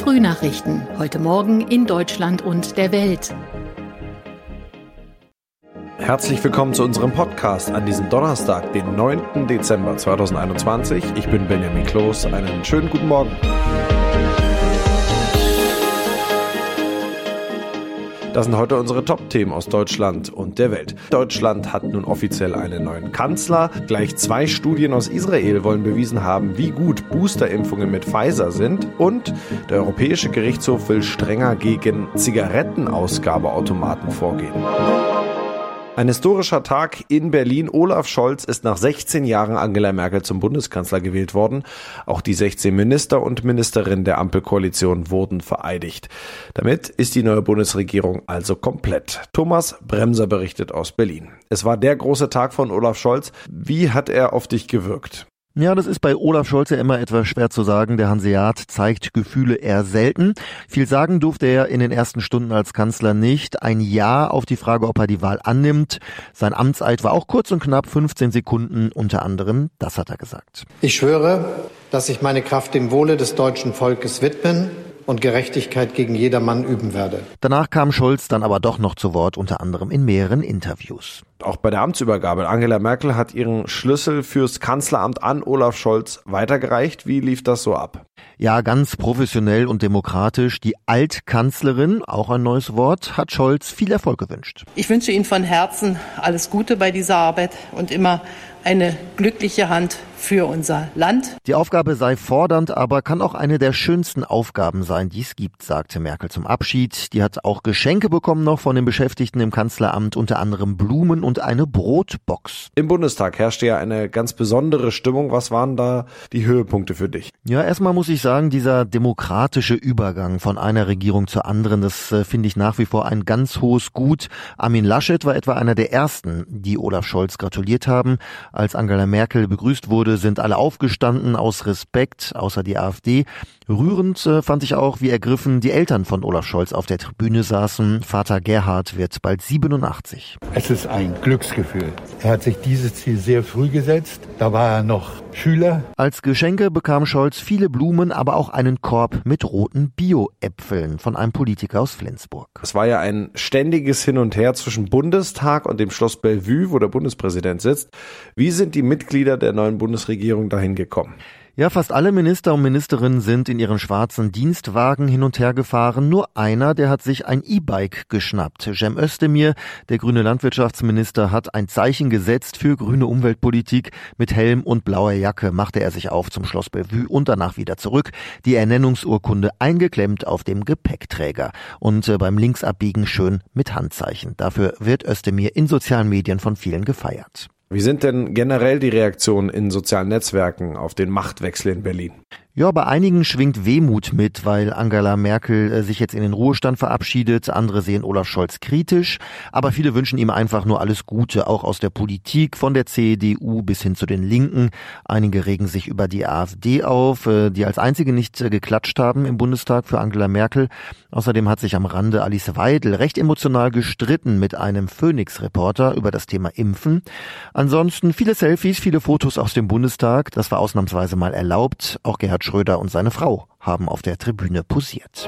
Frühnachrichten. Heute Morgen in Deutschland und der Welt. Herzlich willkommen zu unserem Podcast an diesem Donnerstag, den 9. Dezember 2021. Ich bin Benjamin Kloß. Einen schönen guten Morgen. Das sind heute unsere Top-Themen aus Deutschland und der Welt. Deutschland hat nun offiziell einen neuen Kanzler. Gleich 2 Studien aus Israel wollen bewiesen haben, wie gut Boosterimpfungen mit Pfizer sind. Und der Europäische Gerichtshof will strenger gegen Zigarettenausgabeautomaten vorgehen. Ein historischer Tag in Berlin. Olaf Scholz ist nach 16 Jahren Angela Merkel zum Bundeskanzler gewählt worden. Auch die 16 Minister und Ministerinnen der Ampelkoalition wurden vereidigt. Damit ist die neue Bundesregierung also komplett. Thomas Bremser berichtet aus Berlin. Es war der große Tag von Olaf Scholz. Wie hat er auf dich gewirkt? Ja, das ist bei Olaf Scholz ja immer etwas schwer zu sagen. Der Hanseat zeigt Gefühle eher selten. Viel sagen durfte er in den ersten Stunden als Kanzler nicht. Ein Ja auf die Frage, ob er die Wahl annimmt. Sein Amtseid war auch kurz und knapp, 15 Sekunden. Unter anderem, das hat er gesagt. Ich schwöre, dass ich meine Kraft dem Wohle des deutschen Volkes widmen und Gerechtigkeit gegen jedermann üben werde. Danach kam Scholz dann aber doch noch zu Wort, unter anderem in mehreren Interviews. Auch bei der Amtsübergabe. Angela Merkel hat ihren Schlüssel fürs Kanzleramt an Olaf Scholz weitergereicht. Wie lief das so ab? Ja, ganz professionell und demokratisch. Die Altkanzlerin, auch ein neues Wort, hat Scholz viel Erfolg gewünscht. Ich wünsche Ihnen von Herzen alles Gute bei dieser Arbeit und immer eine glückliche Hand für unser Land. Die Aufgabe sei fordernd, aber kann auch eine der schönsten Aufgaben sein, die es gibt, sagte Merkel zum Abschied. Die hat auch Geschenke bekommen noch von den Beschäftigten im Kanzleramt, unter anderem Blumen und eine Brotbox. Im Bundestag herrschte ja eine ganz besondere Stimmung. Was waren da die Höhepunkte für dich? Ja, erstmal muss ich sagen, dieser demokratische Übergang von einer Regierung zur anderen, das finde ich nach wie vor ein ganz hohes Gut. Armin Laschet war etwa einer der ersten, die Olaf Scholz gratuliert haben. Als Angela Merkel begrüßt wurde, sind alle aufgestanden aus Respekt, außer die AfD. Rührend fand ich auch, wie ergriffen die Eltern von Olaf Scholz auf der Tribüne saßen. Vater Gerhard wird bald 87. Es ist ein Glücksgefühl. Er hat sich dieses Ziel sehr früh gesetzt. Da war er noch Schüler. Als Geschenke bekam Scholz viele Blumen, aber auch einen Korb mit roten Bio-Äpfeln von einem Politiker aus Flensburg. Es war ja ein ständiges Hin und Her zwischen Bundestag und dem Schloss Bellevue, wo der Bundespräsident sitzt. Wie sind die Mitglieder der neuen Bundesregierung dahin gekommen? Ja, fast alle Minister und Ministerinnen sind in ihren schwarzen Dienstwagen hin und her gefahren. Nur einer, der hat sich ein E-Bike geschnappt. Cem Özdemir, der grüne Landwirtschaftsminister, hat ein Zeichen gesetzt für grüne Umweltpolitik. Mit Helm und blauer Jacke machte er sich auf zum Schloss Bellevue und danach wieder zurück. Die Ernennungsurkunde eingeklemmt auf dem Gepäckträger. Und beim Linksabbiegen schön mit Handzeichen. Dafür wird Özdemir in sozialen Medien von vielen gefeiert. Wie sind denn generell die Reaktionen in sozialen Netzwerken auf den Machtwechsel in Berlin? Ja, bei einigen schwingt Wehmut mit, weil Angela Merkel sich jetzt in den Ruhestand verabschiedet. Andere sehen Olaf Scholz kritisch, aber viele wünschen ihm einfach nur alles Gute, auch aus der Politik, von der CDU bis hin zu den Linken. Einige regen sich über die AfD auf, die als einzige nicht geklatscht haben im Bundestag für Angela Merkel. Außerdem hat sich am Rande Alice Weidel recht emotional gestritten mit einem Phoenix-Reporter über das Thema Impfen. Ansonsten viele Selfies, viele Fotos aus dem Bundestag. Das war ausnahmsweise mal erlaubt. Auch Gerhard Schröder und seine Frau haben auf der Tribüne posiert.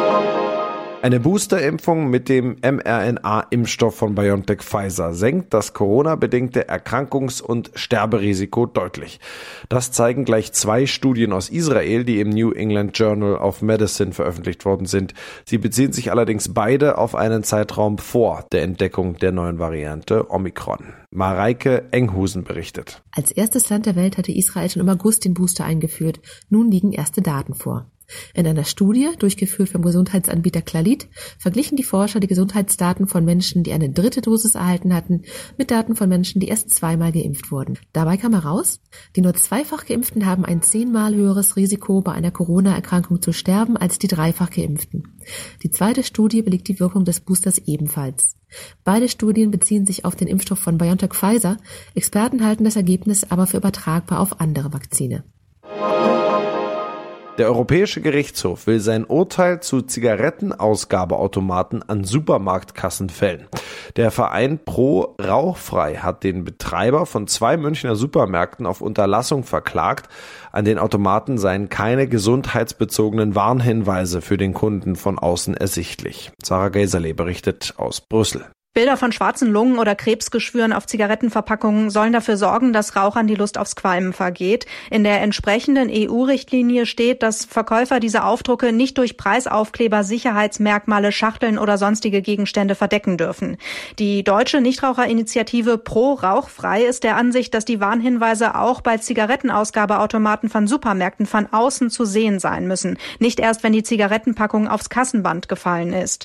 Eine Boosterimpfung mit dem mRNA-Impfstoff von BioNTech Pfizer senkt das Corona-bedingte Erkrankungs- und Sterberisiko deutlich. Das zeigen gleich 2 Studien aus Israel, die im New England Journal of Medicine veröffentlicht worden sind. Sie beziehen sich allerdings beide auf einen Zeitraum vor der Entdeckung der neuen Variante Omikron. Mareike Enghusen berichtet. Als erstes Land der Welt hatte Israel schon im August den Booster eingeführt. Nun liegen erste Daten vor. In einer Studie, durchgeführt vom Gesundheitsanbieter Clalit, verglichen die Forscher die Gesundheitsdaten von Menschen, die eine 3. Dosis erhalten hatten, mit Daten von Menschen, die erst 2-mal geimpft wurden. Dabei kam heraus, die nur 2-fach Geimpften haben ein 10-mal höheres Risiko, bei einer Corona-Erkrankung zu sterben, als die 3-fach Geimpften. Die zweite Studie belegt die Wirkung des Boosters ebenfalls. Beide Studien beziehen sich auf den Impfstoff von BioNTech Pfizer. Experten halten das Ergebnis aber für übertragbar auf andere Vakzine. Der Europäische Gerichtshof will sein Urteil zu Zigarettenausgabeautomaten an Supermarktkassen fällen. Der Verein Pro Rauchfrei hat den Betreiber von 2 Münchner Supermärkten auf Unterlassung verklagt. An den Automaten seien keine gesundheitsbezogenen Warnhinweise für den Kunden von außen ersichtlich. Sarah Geiserle berichtet aus Brüssel. Bilder von schwarzen Lungen oder Krebsgeschwüren auf Zigarettenverpackungen sollen dafür sorgen, dass Rauchern die Lust aufs Qualmen vergeht. In der entsprechenden EU-Richtlinie steht, dass Verkäufer diese Aufdrucke nicht durch Preisaufkleber, Sicherheitsmerkmale, Schachteln oder sonstige Gegenstände verdecken dürfen. Die deutsche Nichtraucherinitiative Pro Rauchfrei ist der Ansicht, dass die Warnhinweise auch bei Zigarettenausgabeautomaten von Supermärkten von außen zu sehen sein müssen. Nicht erst, wenn die Zigarettenpackung aufs Kassenband gefallen ist.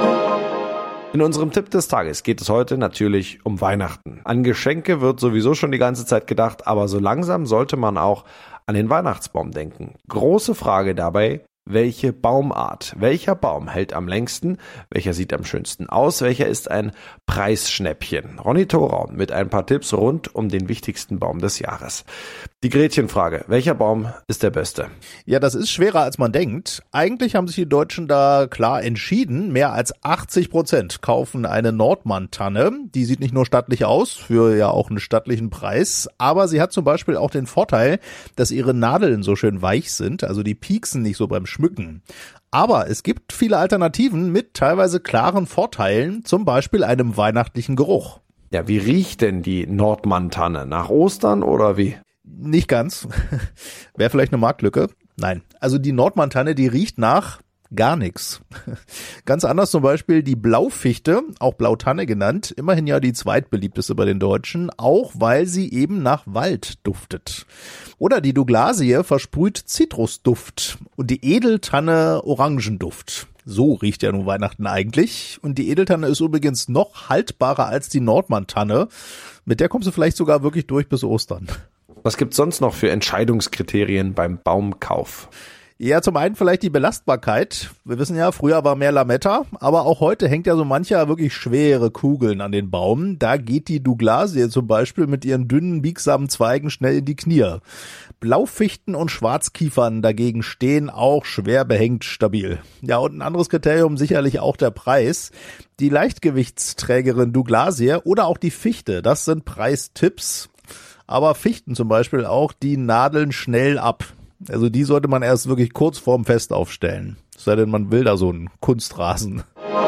In unserem Tipp des Tages geht es heute natürlich um Weihnachten. An Geschenke wird sowieso schon die ganze Zeit gedacht, aber so langsam sollte man auch an den Weihnachtsbaum denken. Große Frage dabei: Welche Baumart? Welcher Baum hält am längsten? Welcher sieht am schönsten aus? Welcher ist ein Preisschnäppchen? Ronny Thorau mit ein paar Tipps rund um den wichtigsten Baum des Jahres. Die Gretchenfrage: Welcher Baum ist der beste? Ja, das ist schwerer, als man denkt. Eigentlich haben sich die Deutschen da klar entschieden. Mehr als 80% kaufen eine Nordmann-Tanne. Die sieht nicht nur stattlich aus, für ja auch einen stattlichen Preis, aber sie hat zum Beispiel auch den Vorteil, dass ihre Nadeln so schön weich sind, also die pieksen nicht so beim Schmücken. Aber es gibt viele Alternativen mit teilweise klaren Vorteilen, zum Beispiel einem weihnachtlichen Geruch. Ja, wie riecht denn die Nordmann-Tanne? Nach Ostern oder wie? Nicht ganz. Wäre vielleicht eine Marktlücke. Nein, also die Nordmann-Tanne, die riecht nach gar nichts. Ganz anders zum Beispiel die Blaufichte, auch Blautanne genannt, immerhin ja die zweitbeliebteste bei den Deutschen, auch weil sie eben nach Wald duftet. Oder die Douglasie versprüht Zitrusduft und die Edeltanne Orangenduft. So riecht ja nun Weihnachten eigentlich. Und die Edeltanne ist übrigens noch haltbarer als die Nordmann-Tanne. Mit der kommst du vielleicht sogar wirklich durch bis Ostern. Was gibt's sonst noch für Entscheidungskriterien beim Baumkauf? Ja, zum einen vielleicht die Belastbarkeit. Wir wissen ja, früher war mehr Lametta, aber auch heute hängt ja so mancher wirklich schwere Kugeln an den Baum. Da geht die Douglasie zum Beispiel mit ihren dünnen, biegsamen Zweigen schnell in die Knie. Blaufichten und Schwarzkiefern dagegen stehen auch schwer behängt stabil. Ja, und ein anderes Kriterium sicherlich auch der Preis. Die Leichtgewichtsträgerin Douglasie oder auch die Fichte, das sind Preistipps. Aber Fichten zum Beispiel auch, die nadeln schnell ab. Also die sollte man erst wirklich kurz vorm Fest aufstellen. Es sei denn, man will da so einen Kunstrasen.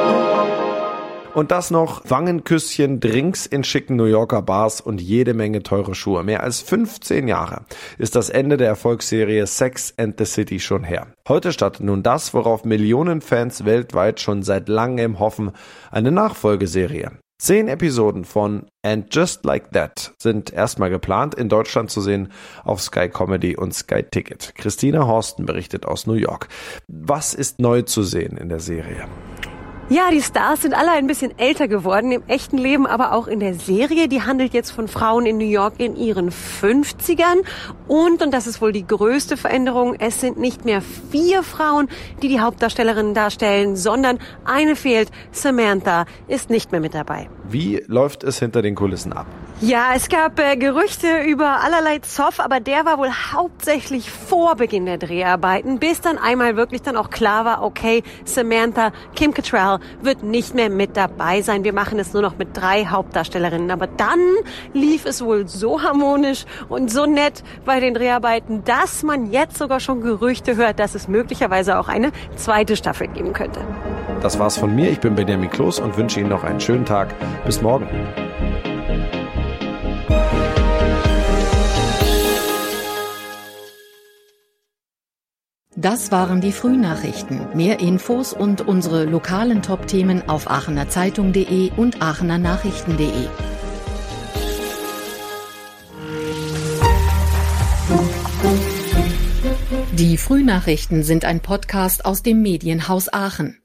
Und das noch: Wangenküsschen, Drinks in schicken New Yorker Bars und jede Menge teure Schuhe. Mehr als 15 Jahre ist das Ende der Erfolgsserie Sex and the City schon her. Heute startet nun das, worauf Millionen Fans weltweit schon seit langem hoffen: eine Nachfolgeserie. 10 Episoden von And Just Like That sind erstmal geplant, in Deutschland zu sehen auf Sky Comedy und Sky Ticket. Christina Horsten berichtet aus New York. Was ist neu zu sehen in der Serie? Ja, die Stars sind alle ein bisschen älter geworden, im echten Leben, aber auch in der Serie. Die handelt jetzt von Frauen in New York in ihren 50ern. Und das ist wohl die größte Veränderung, es sind nicht mehr 4 Frauen, die die Hauptdarstellerinnen darstellen, sondern eine fehlt. Samantha ist nicht mehr mit dabei. Wie läuft es hinter den Kulissen ab? Ja, es gab Gerüchte über allerlei Zoff, aber der war wohl hauptsächlich vor Beginn der Dreharbeiten, bis dann einmal wirklich dann auch klar war, okay, Samantha, Kim Cattrall wird nicht mehr mit dabei sein. Wir machen es nur noch mit 3 Hauptdarstellerinnen. Aber dann lief es wohl so harmonisch und so nett bei den Dreharbeiten, dass man jetzt sogar schon Gerüchte hört, dass es möglicherweise auch eine zweite Staffel geben könnte. Das war's von mir. Ich bin Benjamin Kloß und wünsche Ihnen noch einen schönen Tag. Bis morgen. Das waren die Frühnachrichten. Mehr Infos und unsere lokalen Top-Themen auf aachenerzeitung.de und aachenernachrichten.de. Die Frühnachrichten sind ein Podcast aus dem Medienhaus Aachen.